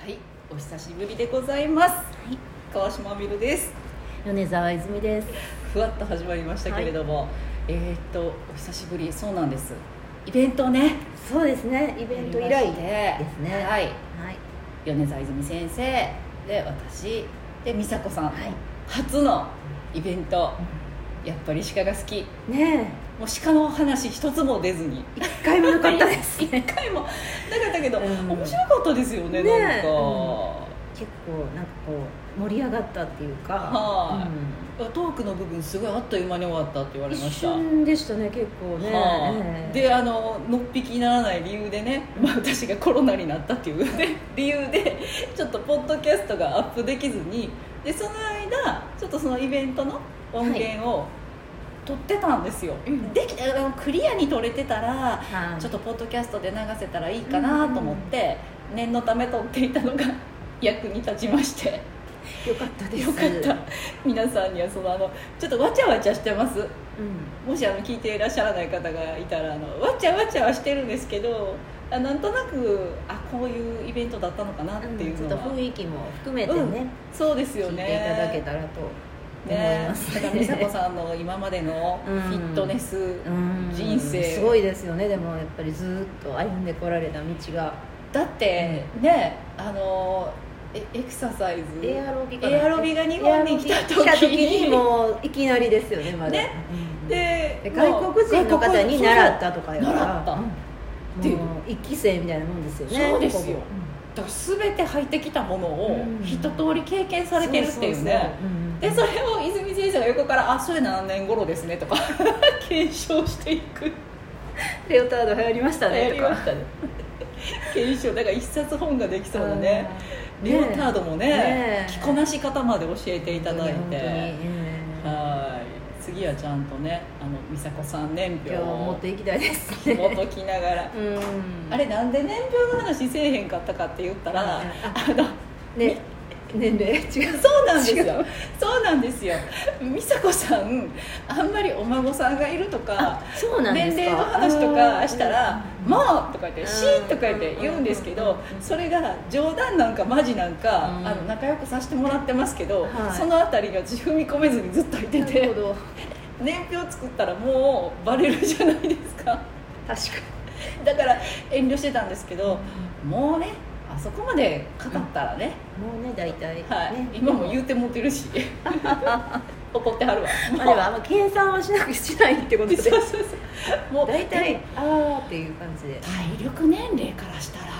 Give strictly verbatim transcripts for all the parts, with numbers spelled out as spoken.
はい、お久しぶりでございます。 はい、 川島みるです。 米沢泉です。 ふわっと始まりましたけれども、はい、えー、っとお久しぶり。そうなんです。イベントね。 そうですね。イベント以来ですね。 はい。はい、 米沢泉先生で私で美佐子さんの初のイベント。うん、やっぱり鹿が好き。 ねえ。 もう鹿の話一つも出ずに一回もなかったです、 ね、一回もなかったけど、うん、面白かったですよね。 ねなんか、うん、 結構なんかこう盛り上がったっていうか、 はい、うん、トークの部分すごいあっという間に終わったって言われました。 一瞬でしたね、結構ね。 はあ、であののっぴきにならない理由でね、まあ、私がコロナになったっていう、ね、理由でちょっとポッドキャストがアップできずに、でその間ちょっとそのイベントの音源を、はい、撮ってたんですよ、うん、でクリアに撮れてたら、はい、ちょっとポッドキャストで流せたらいいかなと思って、うん、念のため撮っていたのが役に立ちまして、 よかったです。 よかった。皆さんにはそのあのちょっとわちゃわちゃしてます、うん、もしあの聞いていらっしゃらない方がいたら、あのわちゃわちゃはしてるんですけど、あなんとなくあこういうイベントだったのかなっていうのは、 うん、ちょっと雰囲気も含めてね、うん、 そうですよね、 聞いていただけたらとね、 だから美佐子さんの今までのフィットネス人生、うんうん、 すごいですよね。でもやっぱりずっと歩んでこられた道が、 だってね、あのエクササイズエアロビがエアロビが日本に来た時 に, 来た時にもういきなりですよね、まだね、うん、で, で外国人の方に習ったとかやから、 習った、うん、 っていう一期生みたいなもんですよね。 そうですよ。だから全て入ってきたものを一通り経験されてるっていうね。でそれを泉先生が横から「あそれ何年頃ですね」とか検証していく。 レオタード流行りましたね。 流行りましたね検証だから一冊本ができそうだね。レオタードも ね, ね着こなし方まで教えていただいて、はい次はちゃんとね、あの美佐子さん年表を持っていきたいですね。 紐解きながらうんあれなんで年表の話せえへんかったかって言ったら、あのね年齢違う。 そうなんですよ。そうなんですよ。美佐子さんあんまりお孫さんがいるとか、 そうなんですか、 年齢の話とかしたら「もう!」とか言って「し」とか言って言うんですけど、それが冗談なんかマジなんか、うん、あの仲良くさせてもらってますけど、はい、そのあたりに私踏み込めずにずっといてて、年表作ったらもうバレるじゃないですか。 確かに。だから遠慮してたんですけど、うん、もうねあそこまで語ったらね、 うん、もうね大体、ねはい、今も言うて持ってるし怒ってはるわ。 あれはあんま計算はしなくしないってことでそうそうそうもう大体あーっていう感じで、 体力年齢からしたら、うん、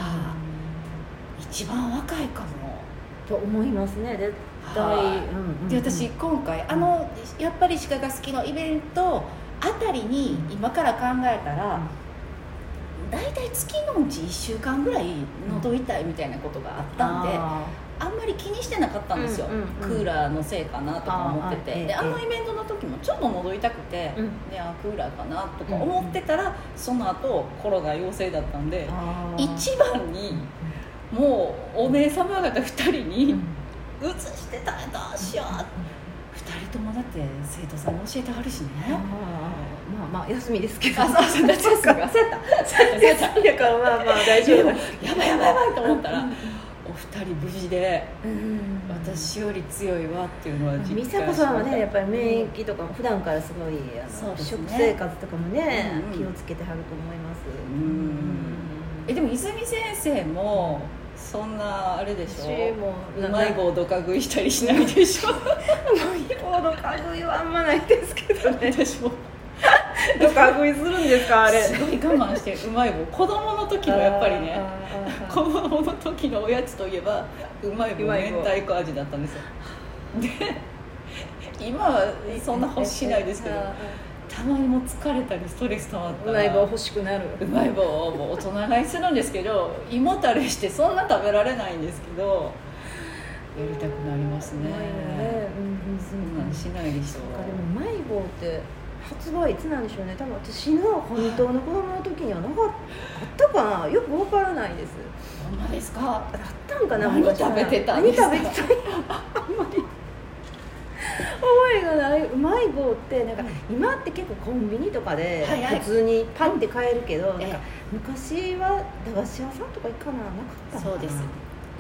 一番若いかもと思いますね絶対、うんうん、 で私今回あのやっぱり鹿が好きのイベントあたりに今から考えたら、だいたい月のうちいっしゅうかんぐらい喉痛いみたいなことがあったんで、うん、あ, あんまり気にしてなかったんですよ、うんうんうん、クーラーのせいかなとか思ってて、あ, であのイベントの時もちょっと喉痛くて、うん、であクーラーかなとか思ってたら、うん、その後コロナ陽性だったんで、一番にもうお姉様方ふたりにうつしてたらどうしよう、ふたりともだって生徒さんに教えてはるしね。 あまあまあ休みですけど、 あそうそう夏休みが焦った休みだからまあまあ大丈夫だやばいやばいやばいと思ったらお二人無事で、うん、私より強いわっていうのは実感しました。 美佐子さんはねやっぱり免疫とかも普段からすごいあの、ね、食生活とかもね、うんうん、気をつけてはると思います。うんうんえでも泉先生もそんなあれでしょ、 もうまい棒どか食いしたりしないでしょうまい棒どか食いはあんまないですけどね私もどか食いするんですかあれ。 すごい我慢してうまい棒子供の時のやっぱりね子供の時のおやつといえばうまい棒明太子味だったんですよ。で今はそんな欲しないですけど、たまにも疲れたりストレス溜まったらうまい棒欲しくなる。 うまい棒をもう大人買いするんですけど胃もたれしてそんな食べられないんですけどやりたくなりますね。うまいね、うん、そんなんしないでしょう。 でもうまい棒って発売いつなんでしょうね。多分私の本当の子供の時にはなかったかな、よくわからないです。 ほんまですか。 あったんかな。 何食べてたんですか。 何食べてたあんまり覚えがない。うまい棒ってなんか今って結構コンビニとかで普通にパンって買えるけど、はいはい、なんか昔は駄菓子屋さんとか行かななかったのかな。 そうです。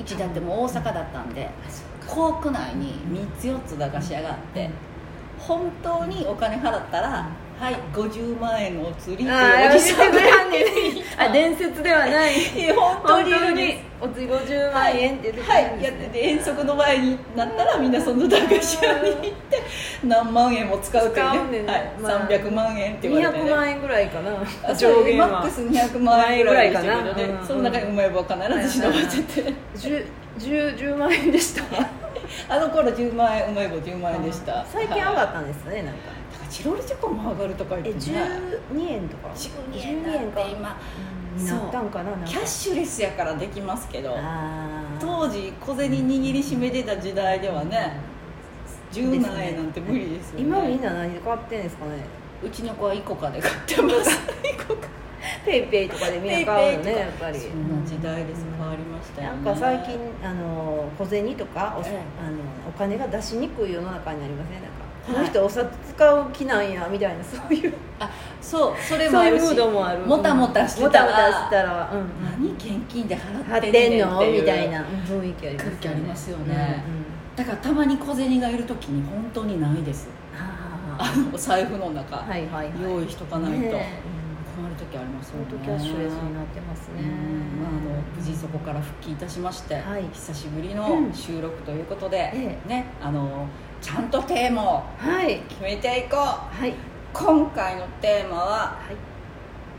うちだってもう大阪だったんで、校区内にみっつよっつ駄菓子屋があって、本当にお金払ったら、はい、ごじゅうまんえんのお釣りっていうおじさんがあ、伝説ではない。 本当にお釣りごじゅうまんえんって言ってたんです、はい、はい、やってて、遠足の前になったらみんなその駄菓子屋に行って何万円も使うっていうね、ね、はい、まあ、さんびゃくまんえんって言われて、ね、 にひゃくまんえんぐらいかな、 上限はマックスにひゃくまんえんぐらいでしたけどね、 うん、 その中にうまい棒必ず忍ばせて 10, 10, 10万円でしたあの頃じゅうまんえん、うまい棒じゅうまんえんでした。 最近上がったんですね、なんかチロルチョコも上がるとか言ってね、 じゅうにえんとかじゅうにえんって今、 うん、なったんかな、なんかキャッシュレスやからできますけど、当時小銭握りしめてた時代ではね、じゅうなんえんなんて無理ですよね。 今みんな何で買ってんですかね。 うちの子はイコカで買ってますイコカペイペイとかでみんな買うよね、やっぱり。 そんな時代です、変わりましたよね。 なんか最近あの小銭とか お,、ええ、あのお金が出しにくい世の中になりません、なんかこの人お札使う気なんやみたいな、そういう、 あ、そう、それもあるし、 そういうムードもある。 もたもたしてたら、 もたもたしたら、うん、 何現金で払ってんねんっていうみたいな雰囲気ありますよね。 空気ありますよね、うんうん、だからたまに小銭がいるときに本当にないです。あのお財布の中、はいはいはい、用意しとかないと、ね、困る時ありますよね。 本当キャッシュレスになってますね。 うん、まあ、あの無事そこから復帰いたしまして、はい、久しぶりの収録ということで、うん、ね、あのちゃんとテーマを決めていこう、はい、今回のテーマは、はい、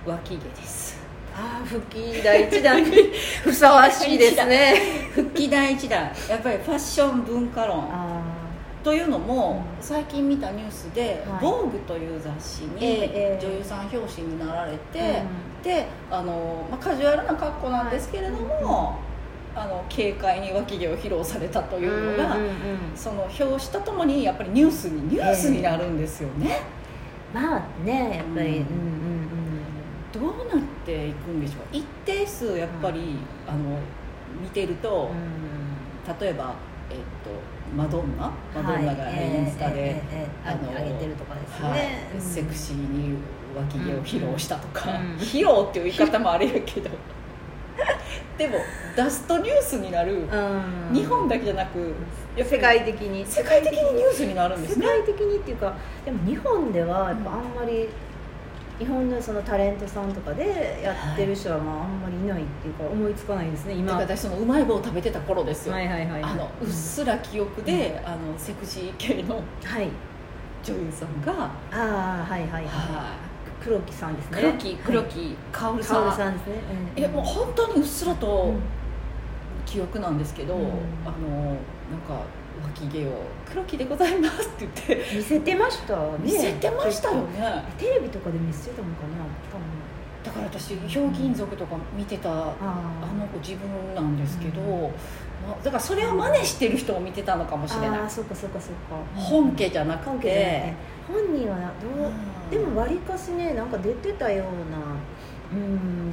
脇毛です。 ああ、復帰第一弾にふさわしいですね復帰第一弾、やっぱりファッション文化論というのも、うん、最近見たニュースで「ボーグ」という雑誌に女優さん表紙になられて、えー、であの、まあ、カジュアルな格好なんですけれども、うん、あの軽快に脇毛を披露されたというのが、うんうんうん、その表紙とともにやっぱりニュースにニュースになるんですよね、 えー、まあね、やっぱり、うんうんうん、 どうなっていくんでしょう。一定数やっぱり、うん、あの見てると、うん、例えば、えっとマドンナ、マドンナがインスタで上げてるとかですね、 はい、うん、セクシーに脇毛を披露したとか、うんうん、披露っていう言い方もあれやけどでも出すとニュースになる、うん、日本だけじゃなく世界的に世界的にニュースになるんですね。 世界的にっていうか、でも日本ではやっぱあんまり、うん、日本のそのタレントさんとかでやってる人はまああんまりいないっていうか、思いつかないですね今。 だから私そのうまい棒を食べてた頃ですよ、 はいはいはい、 あのうっすら記憶で、うん、あのセクシー系の女優さんが、はい、 ああはいはいはい、はい、黒木さんですね。 黒木黒木薫さん、 薫さんですね、 うん、えもう本当にうっすらと記憶なんですけど、うん、あのなんか脇毛を黒木でございますって言って見せてましたね。 見せてましたよね。 テレビとかで見せてたのかな、多分。 だから私ひょうきん族とか見てた、うん、あの子自分なんですけど、うん、だからそれを真似してる人を見てたのかもしれない。 ああ、そっかそっかそっか。 本家じゃなくて、ね、 本人はどう、うん、でもわりかしね、なんか出てたような、うん、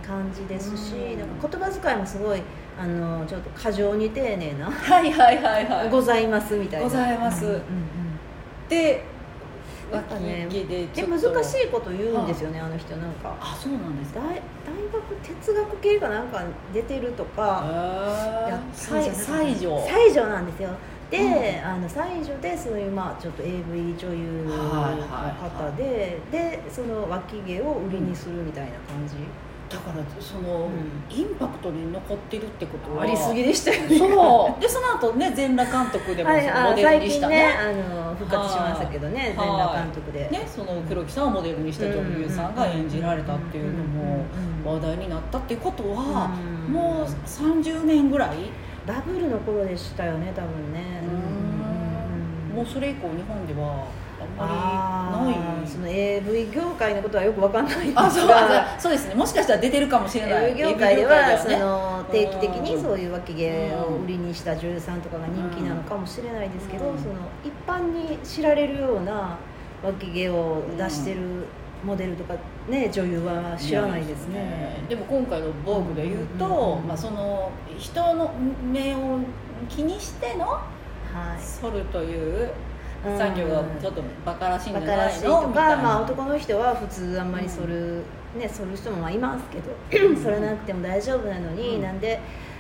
感じですし、うん、なんか言葉遣いもすごいあのちょっと過剰に丁寧なはいはいはいはいございますみたいな、 ございます、うんうんうん、でなんかね、で難しいこと言うんですよね、あの人。なんかあ、そうなんですか。 大, 大学哲学系がなんか出てるとか、 西条西条なんですよ。で、うん、あの西条でそういう、まあ、ちょっと エーブイ 女優の方で、はいはいはい、でその脇毛を売りにするみたいな感じ、 だからその、うん、インパクトに残ってるってことはありすぎでしたよね。 そうでその後ね、全裸監督でもそのモデルにしたね、 はい、最近ねあの復活しましたけどね、全裸監督で、 ね、その黒木さんをモデルにした女優さんが演じられたっていうのも話題になったっていうことは、うん、もうさんじゅうねんぐらいバブルの頃でしたよね、多分ね。 うん、もうそれ以降日本ではあんまりない。 その エーブイ 業界のことはよく分かんないんですが、 あ、そう、そうですね、もしかしたら出てるかもしれない。 エーブイ 業界では、その定期的にそういう脇毛を売りにした女優さんとかが人気なのかもしれないですけど、その一般に知られるような脇毛を出してるモデルとかね、女優は知らないですね。 でも今回の「ボーグ」で言うと、うんうん、まあ、その人の目を気にしての剃るという作業がちょっとバカらしいんじゃないのみたいな。とか、 まあ、男の人は普通あんまり剃る、うん、ね、剃る人もいますけど剃らなくても大丈夫なのに、うん、なんで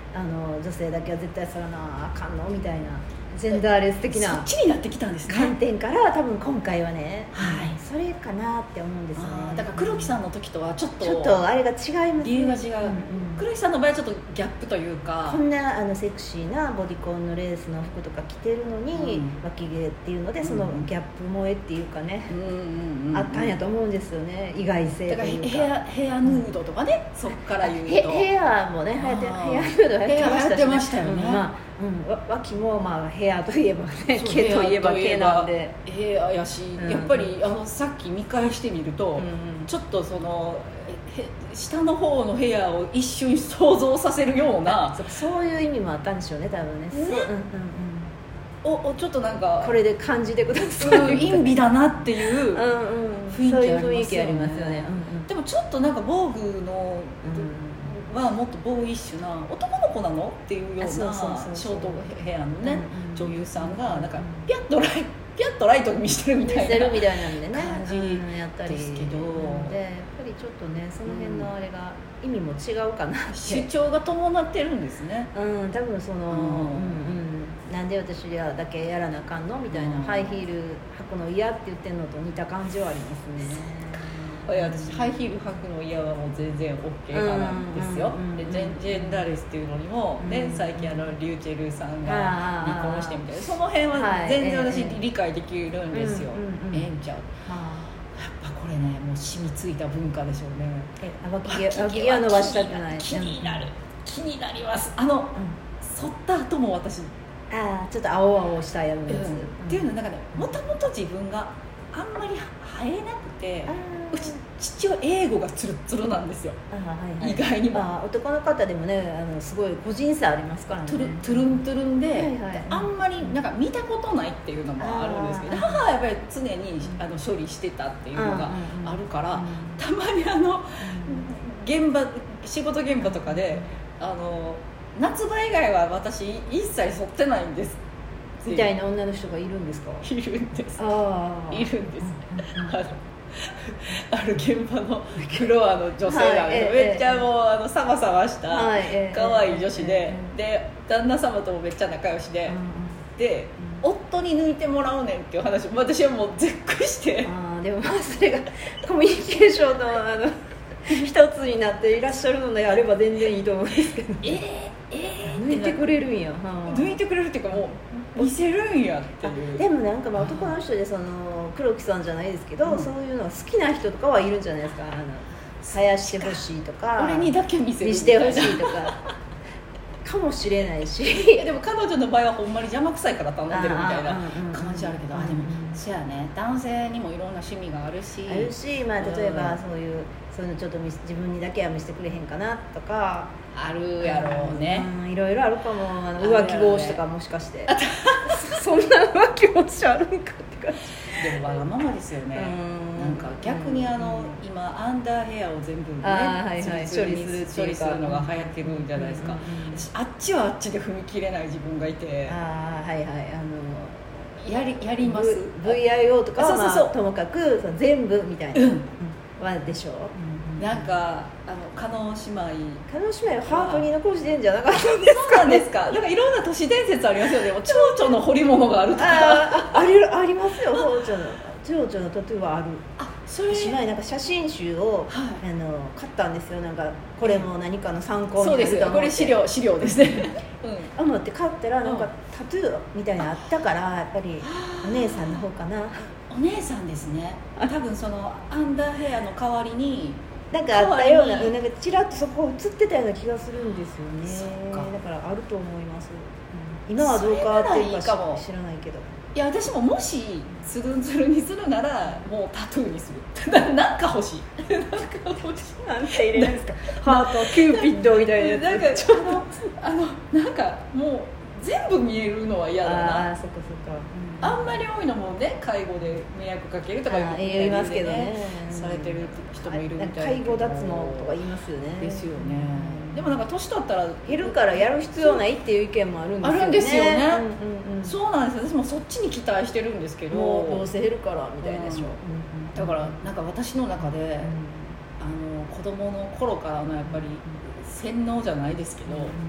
あの女性だけは絶対さらなあかんのみたいなジェンダーレス的なそっちになってきたんですね。 観点から多分今回はね、 はい、 それかなって思うんですよね。 だから黒木さんの時とはちょっとちょっとあれが違いますね。 理由が違う、うんうん、黒木さんの場合はちょっとギャップというか、 こんなあのセクシーなボディコンのレースの服とか着てるのに、うん、脇毛っていうのでそのギャップ萌えっていうかね、うんうんうん、あったんやと思うんですよね。意外性というか、 だからヘア、ヘアヌードとかね、うん、そっから言うとヘアもね、ヘアヌード流行ってましたよね。 うん、まあうん、脇もまあヘアといえばね、毛といえば毛なんでヘアやし、うん、やっぱりあのさっき見返してみると、うん、ちょっとその下の方のヘアを一瞬想像させるようなそ, そういう意味もあったんでしょうね、多分ね。ね、うんうんうん、 おおちょっとなんかこれで感じてください、 うん、陰美だなっていう雰囲気ありますよね。 そういう雰囲気ありますよね、 うんうん、でもちょっとなんか防具の、うん、はもっとボーイッシュな男の子なのっていうようなショートヘアのね、うんうん、女優さんがなんかピャッとライピャッとライトに見せてるみたいな見せるみたいなんでね感じですけど、 でやっぱりちょっとねその辺のあれが意味も違うかなって、 主張が伴ってるんですね。 うん多分その、うんうん、なんで私らだけやらなあかんのみたいな、うん、ハイヒール履くの嫌って言ってるのと似た感じはありますね。 私ハイヒール履くの嫌はもう全然 OK 派なんですよ、でジェン、ジェンダーレスっていうのにも、ね、うん、最近あのリューチェルさんが離婚してみたいな、その辺は全然私理解できるんですよ、ええんちゃう、やっぱこれねもう染みついた文化でしょうね。 え脇毛は伸ばしたくない。 気になる、気になります。あの、うん、剃った後も私あちょっと青々したやるやつ、うん、 っていうのはなんかね、もともと自分があんまり生えなくて、うち父は英語がツルツルなんですよ、はいはい、意外にも。 あ男の方でもねあのすごい個人差ありますからね。 トゥルトゥルントゥルンで、はいはい、あんまりなんか見たことないっていうのもあるんですけど、母はやっぱり常にあの処理してたっていうのがあるから、たまにあの現場仕事現場とかであの夏場以外は私一切剃ってないんですみたいな女の人がいるんですか？ いるんです。あいるんです。ある現場のフロアの女性なんで、はい、めっちゃもうあのサバサバした可愛い女子で、で旦那様ともめっちゃ仲良しで、で夫に抜いてもらうねんっていう話、私はもう絶句して。 あでもまあそれがコミュニケーションのあの一つになっていらっしゃるのであれば全然いいと思うんですけど、 えー、えー、 抜いてくれるんや、 抜いてくれるっていうかもう見せるんやっていう。 でもなんかまあ男の人でその黒木さんじゃないですけど、うん、そういうのが好きな人とかはいるんじゃないですか。あの生やしてほしいとか俺にだけ見せる見せてほしいとかかもしれないしでも彼女の場合はほんまに邪魔くさいから頼んでるみたいな感じあるけど、あでもそうやね、男性にもいろんな趣味があるしあるし、まあ、例えばそういう、うん、そういうのちょっと自分にだけは見せてくれへんかなとかあるやろうね、 うん、いろいろあるかも。あの浮気防止とかもしかしてそんな浮気防止あるんかって感じ。 でもわがままですよね。なんか逆にあの今アンダーヘアを全部ね、はいはい、処理する処理するのが流行ってるんじゃないですか。あっちはあっちで踏み切れない自分がいて、 あはいはいあのやりやります。 ブイアイオー とかは、まあ、そうそうそうともかくその全部みたいな、うん、はでしょう。うん、なんかあの加納姉妹加納姉妹はハートに残してんじゃなかったんですか、ね、 そうなんですか。なんかいろんな都市伝説ありますよね。蝶々の彫り物があるとかあ, あ, あ, りありますよ。蝶々の蝶々のタトゥーはある。あそれ姉妹なんか写真集を、はい、あの買ったんですよ。なんかこれも何かの参考になると思って。 そうですよ、これ資料資料ですね、 うん、思って買ったらなんかタトゥーみたいなのあったからやっぱりお姉さんの方かな。 お姉さんですね。多分そのアンダーヘアの代わりになんかあったような、なんかちらっとそこ映ってたような気がするんですよね。だからあると思います、うん、今はどうかっていうか知らないけど。 いや私ももしツルンツルンにするならもうタトゥーにするなんか欲しいなんか欲しいなんて入れるんですかハートキューピッドみたいなやつ。 なんかあのあのなんかもう全部見えるのは嫌だな。 あそっかそっか、 うん、あんまり多いのもね介護で迷惑かけるとか言いますけどね、 されてる人もいるみたいな。 介護脱毛とか言いますよね。 ですよね、うん、でもなんか年取ったら減るからやる必要ないっていう意見もあるんですよね。 あるんですよね、うんうんうん、そうなんですよ。私もそっちに期待してるんですけど、 もうどうせ減るからみたいでしょ、うんうん、 だからなんか私の中で、うん、あの子供の頃からのやっぱり洗脳じゃないですけど、うんうん、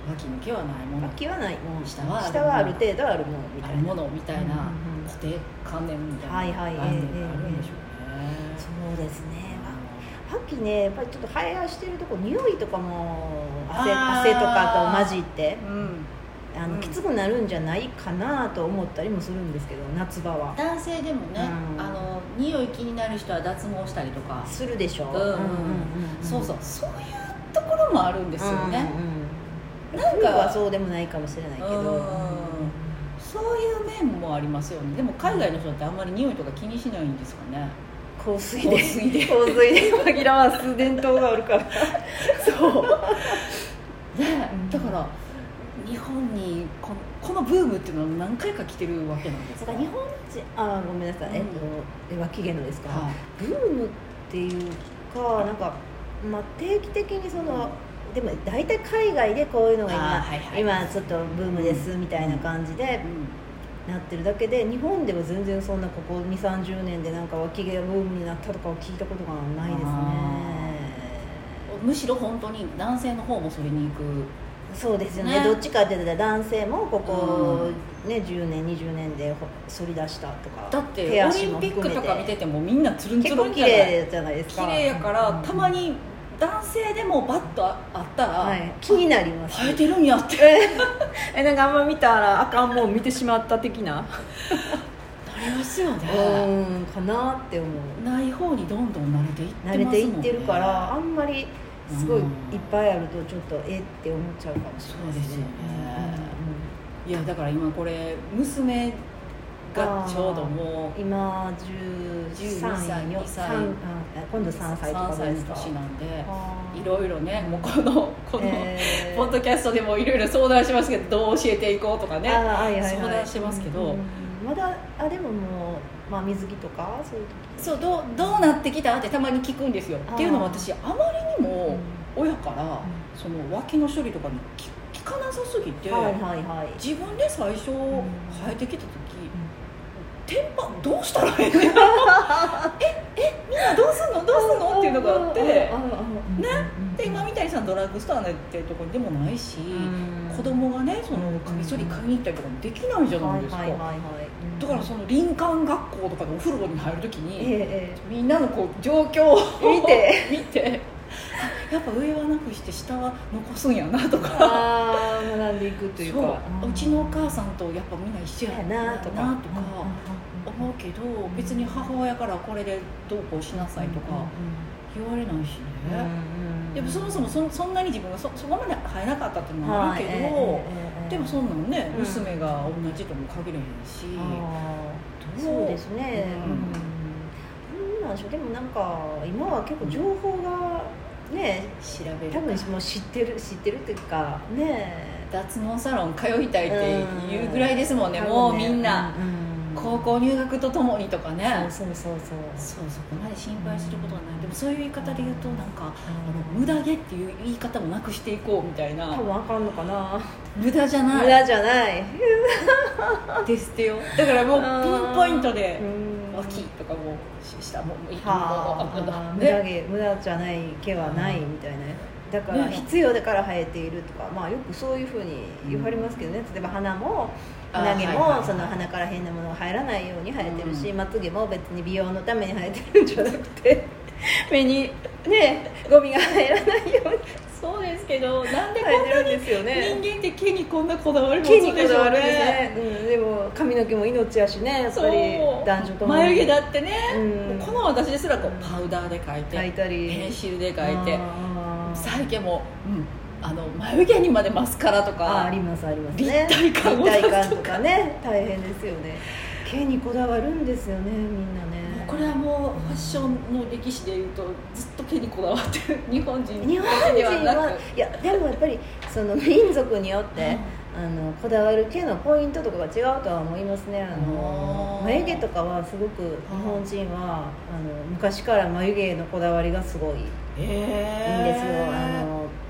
脇抜けはないもの、 脇はないもん、 下は下はある程度あるものみたいな、 あるものみたいなうんうんうん固定観念みたいなはいはい概念があるんでしょうね。 そうですね。脇ね、やっぱりちょっと生やしてるとこ匂いとかも汗、 あー汗とかと混じってうんあの、 うんきつくなるんじゃないかなと思ったりもするんですけど、夏場は男性でもね、 うんあの匂い気になる人は脱毛したりとか、 するでしょ。 うんうんうんそうそうそういうところもあるんですよね、 うんうん、 なんか冬はそうでもないかもしれないけど、 うんそういう面もありますよね。でも海外の人ってあんまり匂いとか気にしないんですかね。 香水で香水で香水で紛らわす伝統があるからそうね、だから日本にこのこのブームっていうのは何回か来てるわけなんですか。 だから日本人あごめんなさい、 うんえっと脇毛のですか、 はいブームっていうかなんか、まあ、定期的にそのでも大体海外でこういうのが今、 あーはいはい今ちょっとブームですみたいな感じでうんなってるだけで、日本では全然そんなここにじゅうさんじゅうねんでなんか脇毛がブームになったとかを聞いたことがないですね。 むしろ本当に男性の方もそれに行く。 そうですよね、 ねどっちかって言ったら男性もここ、ね、じゅうねんにじゅうねんで反り出したとか、 だってオリ手足もンピック含めてとか見ててもみんなつるんつ結構綺るんじゃない。 麗じゃないですか。 綺麗やから、 うんたまに男性でもバッとあったら、 はい、気になります生えてるんやってえなんかあんま見たらあかんもん見てしまった的ななりますよね。 うんかなって思う。 ない方にどんどん慣れていってますもんね。 慣れていってるからあんまりすごいいっうんぱいあるとちょっとえって思っちゃうかもしれないですね。 いやだから今これ娘がちょうどもう今じゅうさん、 じゅうにさいよにさいさんあ今度さんさいとかさんさいのですか。 年なんであーいろいろねもうこのこの、 えーポッドキャストでもいろいろ相談しますけどどう教えていこうとかねあーはいはいはい相談してますけど、 うんうんまだあでももう、まあ、水着とかそういう時そうどうどうなってきたってたまに聞くんですよ。 あーっていうのは私あまりにも親から、 んその脇の処理とかに聞聞かなさすぎて、 はいはいはい自分で最初ん生えてきた時、テンパどうしたらいいのええみんなどうすんのどうすんのっていうのがあってねで今みたいにさドラッグストアなんていうところでもないし、子供がねそのカミソリ買いに行ったりとかもできないじゃないですか。 はいはいはいはいだからその林間学校とかでお風呂に入るときに、 ええみんなのこう状況を見て見てあやっぱ上はなくして下は残すんやなとかああ学んでいくというそうかうちのお母さんとやっぱみんな一緒やなとかやなとか思うけど別に母親からこれでどうこうしなさいとか言われないしね、でもそもそも そ, そんなに自分が そ, そこまで生えなかったっていうのもあるけど、でもそんなんね、 うん娘が同じとも限らへんし、 そうですね、 ううんんどうなんでしょう。でもなんか今は結構情報がね調べる多分もう知ってる知ってるっていうかね脱毛サロン通いたいっていうぐらいですもんね、 うんもうみんな、 うんうん高校入学とともにとかね、 そうそうそうそうそこまで心配することはない。でもそういう言い方で言うとなんか、 うんあの無駄毛っていう言い方もなくしていこうみたいな。 多分あかんのかな。 無駄じゃない無駄じゃないですってよ。だからもうピンポイントでうん脇とかも下ももうはあもう無駄ね毛無駄じゃない毛はないみたいな、だからね必要だから生えているとか、まあよくそういうふうに言われますけどね。例えば鼻も鼻毛あはいはいはいもその鼻から変なものが入らないように生えてるし、まつげも別に美容のために生えてるんじゃなくて目にねゴミが入らないようにそうですけどなんでこ生えてるんんなにですよね。 人間って毛にこんなこだわり持つ毛にんでしょうこだわるんですね。 ね、うん、でも髪の毛も命やしね、やっぱりそう男女ともに眉毛だってね、 うんこの私ですらこうパウダーで描いて、 描いたりペンシルで描いて、 あー最近も、うん、あの眉毛にまでマスカラとあかありますありますね。 立体感を出す立体感とかね大変ですよね。毛にこだわるんですよね、みんなね。 これはもうファッションの歴史でいうとずっと毛にこだわってる日本人日本だけでは人なく、 はいやでもやっぱりその民族によって、あのこだわる毛のポイントとかが違うとは思いますね。あのあー眉毛とかはすごく日本人はあの昔から眉毛のこだわりがすごいいいんへですよ。あの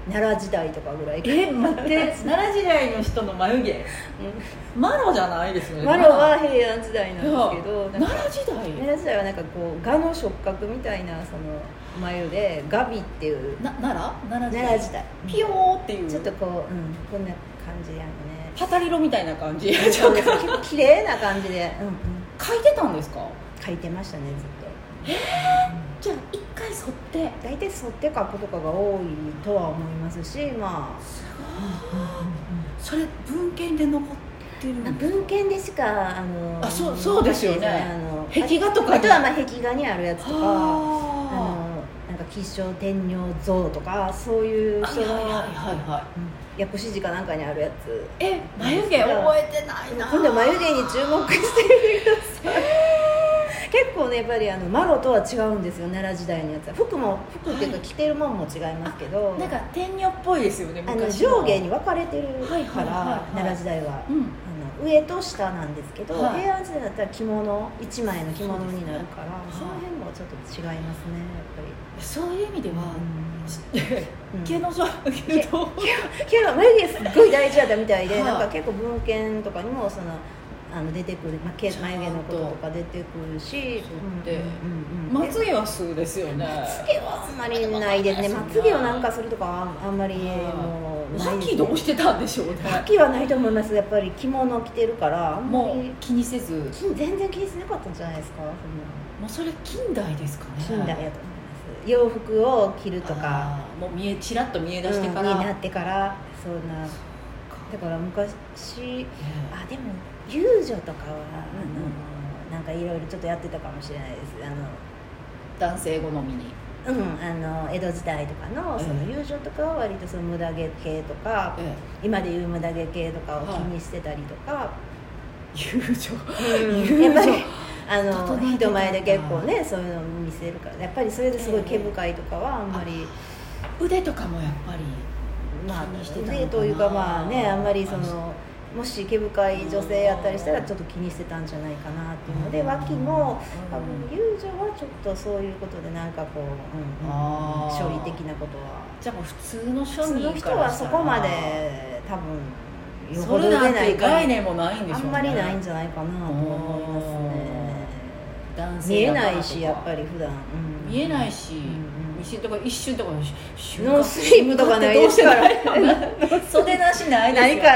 奈良時代とかぐらい。 え待って奈良時代の人の眉毛、うん、マロじゃないですよね。 マロは平安時代なんですけど、 奈良時代奈良時代はなんかこう蛾の触覚みたいなその眉でガビっていうな奈良奈良時代奈良時代ピヨーっていう、 ちょっとこう、うん、こんな感じやのね。 パタリロみたいな感じ。 結構綺麗な感じで、うんうん、 書いてたんですか？ 書いてましたねずっと。 えー、じゃあ一回剃って、 大体剃って書くとかが多いとは思いますし、まあすごい、うんうんうん、それ文献で残ってるんですか？ 文献でしかあのあ そ, そうですよね。 あの壁画とかあとはまあ壁画にあるやつとか、あのあなんか吉祥天女像とかそういう人の、 はいはいはいはい、 うん、薬師寺かなんかにあるやつ。 え眉毛覚えてないな。 今度眉毛に注目してみてください。結構ねやっぱりあのマロとは違うんですよ、奈良時代のやつは。服も服っていうか着てるもんも違いますけど、 なんか天女っぽいですよね。 あの昔上下に分かれてるから、 はいはいはいはい、 奈良時代は、 うん、 あの上と下なんですけど、 はい、 平安時代だったら着物一枚の着物になるから そ,、 ね、 その辺もちょっと違いますねやっぱり。 そういう意味では、 うん、 毛の毛の毛は眉毛すっごい大事だったみたいで、 はあ、 なんか結構文献とかにもそのあの出てくる、まあ、毛眉毛のこととか出てくるし、 で、うんうんうん、まつげはすですよね。 まつげはあんまりないですね。まつげをなんかするとかはあんまりもうないですね。 さっきどうしてたんでしょうね。 さっきはないと思います。やっぱり着物着てるからあんまりもう気にせず、 全然気にしなかったんじゃないですか。そんなもうそれ近代ですかね。 近代やと思います。洋服を着るとかもう見えちらっと見え出してから、 うん、になってからそんな。だから昔、あでも遊女とかは、うん、あのなんかいろいろちょっとやってたかもしれないです。あの男性好みに、 うん、あの江戸時代とかのその遊女とかは割とその無駄毛系とか、ええ、今でいう無駄毛系とかを気にしてたりとか、はい、 遊女、 うん、 遊女やっぱりあの人前で結構ねそういうのを見せるからやっぱりそれですごい毛深いとかはあんまり、 えー、腕とかもやっぱりまあ、腕というかまあねあんまりそのもし毛深い女性やったりしたらちょっと気にしてたんじゃないかなっていうので、脇も多分遊女はちょっとそういうことでなんかこう、うんうん、処理的なことはじゃあもう普通の庶民の人はそこまで多分よほど出ない概念もないんでしょうね。 あんまりないんじゃないかなと思いますね。 男性見えないしやっぱり普段、 うん、見えないし、うん一瞬とか一瞬とかノースリーブとかないですから袖なしないですよ、ね、 ないから、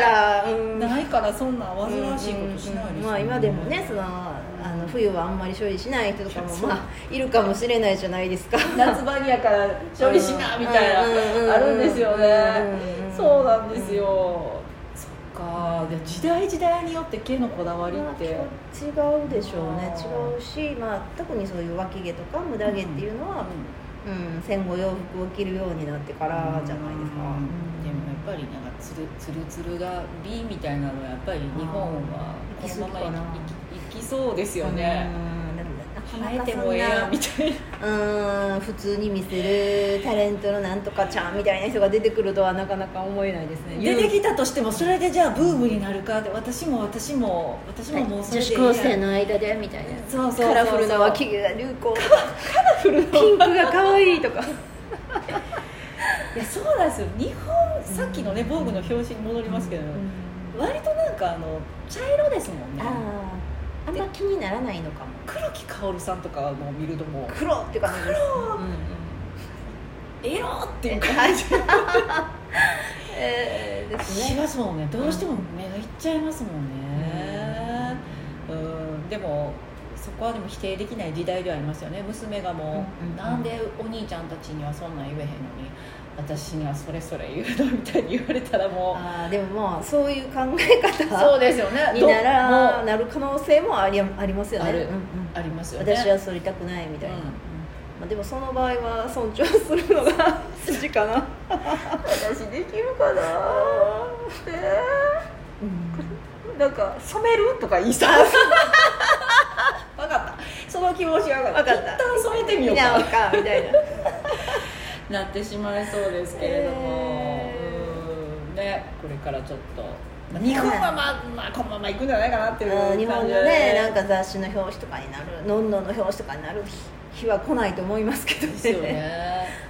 うん、 ないからそんな煩わしいことしないですよ、ねうんうん、まあ今でもねそのあの冬はあんまり処理しない人とかもまあいるかもしれないじゃないですか。 夏場にやから処理しなみたいなあるんですよね。そうなんですよ。そっか。で時代時代によって毛のこだわりって違うでしょうね。違うし、まあ特にそういう脇毛とか無駄毛っていうのは、うんうんうん、戦後洋服を着るようになってからじゃないですか、うん、 でもやっぱりなんかつるつるつるが美みたいなのはやっぱり日本はこのままいきそうですよね。生えてもええやんみたいな、うん普通に見せるタレントのなんとかちゃんみたいな人が出てくるとはなかなか思えないですね。 出てきたとしてもそれでじゃあブームになるかって私も私も私ももうそれで女子高生の間でみたいなそうそうそうそうカラフルな脇毛が流行とかカラフルピンクが可愛いとかいやそうなんですよ。日本さっきのね防具の表紙に戻りますけど、うん、割となんかあの茶色ですもんね。 ああんま気にならないのかも。 黒木薫さんとかの見るともう黒って感じです。 黒、うんうん、エロっていう感じえー、ですね。しますもんね。どうしても目がいっちゃいますもんね、うん、うんでもそこはでも否定できない時代ではありますよね。娘がもう、うんうんうん、なんでお兄ちゃんたちにはそんなん言えへんのに私にはそれそれ言うのみたいに言われたらもうあでもまあそういう考え方そうですよねにならなる可能性もあり、ありますよね。 ある、 うんうん、 ありますよね。 私は剃りたくないみたいな、うんうんまあ、でもその場合は尊重するのが筋かな私できるかなえー、うん、なんか染めるとか言いそう分かったその気持ち分かった分かった一旦染めてみようかみたいななってしまいそうですけれども、えー、うんねこれからちょっと、まあ、日本はまあ、まあ、このまま行くんじゃないかなっていう感じで、 日本のねなんか雑誌の表紙とかになるのんのの表紙とかになる日は来ないと思いますけどね。 ですよね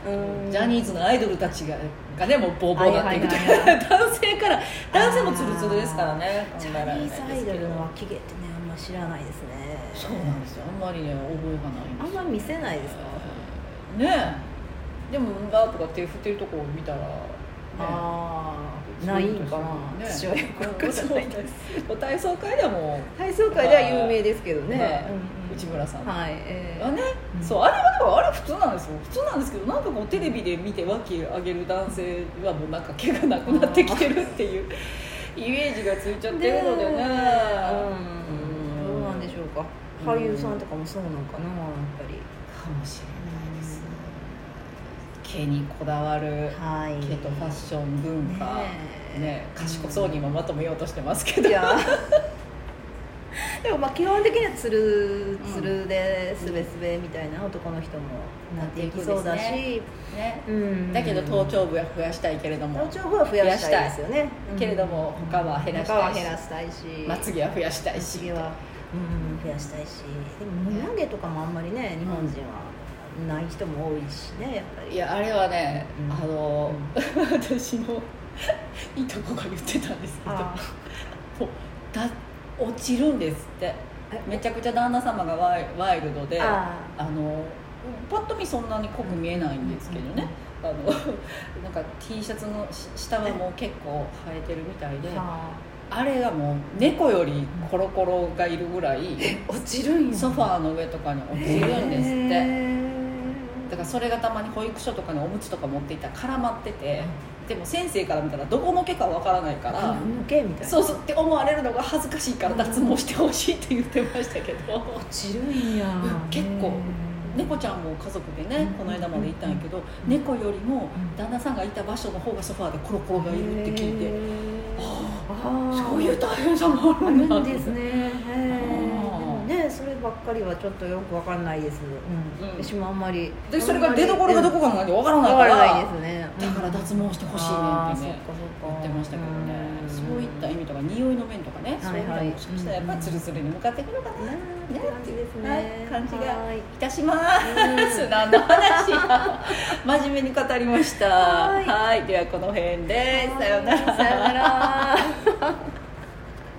うんジャニーズのアイドルたちががねもうボーボーなっていくとはいはいはい男性から男性もツルツルですからねジャニーズアイドルの脇毛ってねあんま知らないですね。 そうなんですよあんまりね覚えがないんですよあんま見せないですか。 ねえでもガーとか手振ってるとこを見たら、ね、 ああないんかな、 ね、 私はよく分からないです体操界ではもう体操界では有名ですけどね、 はいうんうん内村さんはい、えーあね、 うんそうあれはでもあれ普通なんですよ普通なんですけどなんかこうテレビで見て脇上げる男性はもうなんか毛がなくなってきてるっていうイメージがついちゃってるのでね、 うん、 うんどうなんでしょうか。俳優さんとかもそうなのかな、やっぱりかもしれないですね毛にこだわる、 はい、 毛とファッション文化ねえね賢そうにもまとめようとしてますけど、 いやでもまあ基本的にはつるつるですべすべみたいな男の人もなっていきそうだし、 ねうん、 だけど頭頂部は増やしたいけれども頭頂部は増やしたいですよね、うん、 けれども他は減らしたいし他は減らしたいしまつげは増やしたいしまつげは、うん、増やしたいしでも胸毛とかもあんまりね日本人はない人も多いしねやっぱりいやあれはね、 うん、 あの、うん、私のいとこが言ってたんですけどもうだ落ちるんですってめちゃくちゃ旦那様がワイ、ワイルドであのパッと見そんなに濃く見えないんですけどね、うん、あのなんか T シャツの下はもう結構生えてるみたいで、あれがもう猫よりコロコロがいるぐらい落ちるんやソファーの上とかに落ちるんですってだからそれがたまに保育所とかにおむつとか持っていったら絡まってて、でも先生から見たらどこの毛かわからないから何の毛みたいなそうそうって思われるのが恥ずかしいから脱毛してほしいって言ってましたけど落ちるんや結構猫ちゃんも家族でねこの間までいたんやけど猫よりも旦那さんがいた場所の方がソファーでコロコロがいるって聞いてああそういう大変さもあるんだあるんですねねそればっかりはちょっとよくわかんないです、うんうん、私もあんまりでそれが出所がどこかなんてわからないからないですねだから脱毛してほしいねってね言ってましたけどねそういった意味とか匂いの面とかねそういうのももしかしたらやっぱりツルツルに向かってくるかなねって感じですね、 はい、感じがいたします何の話や真面目に語りましたはいではこの辺でさよならさよなら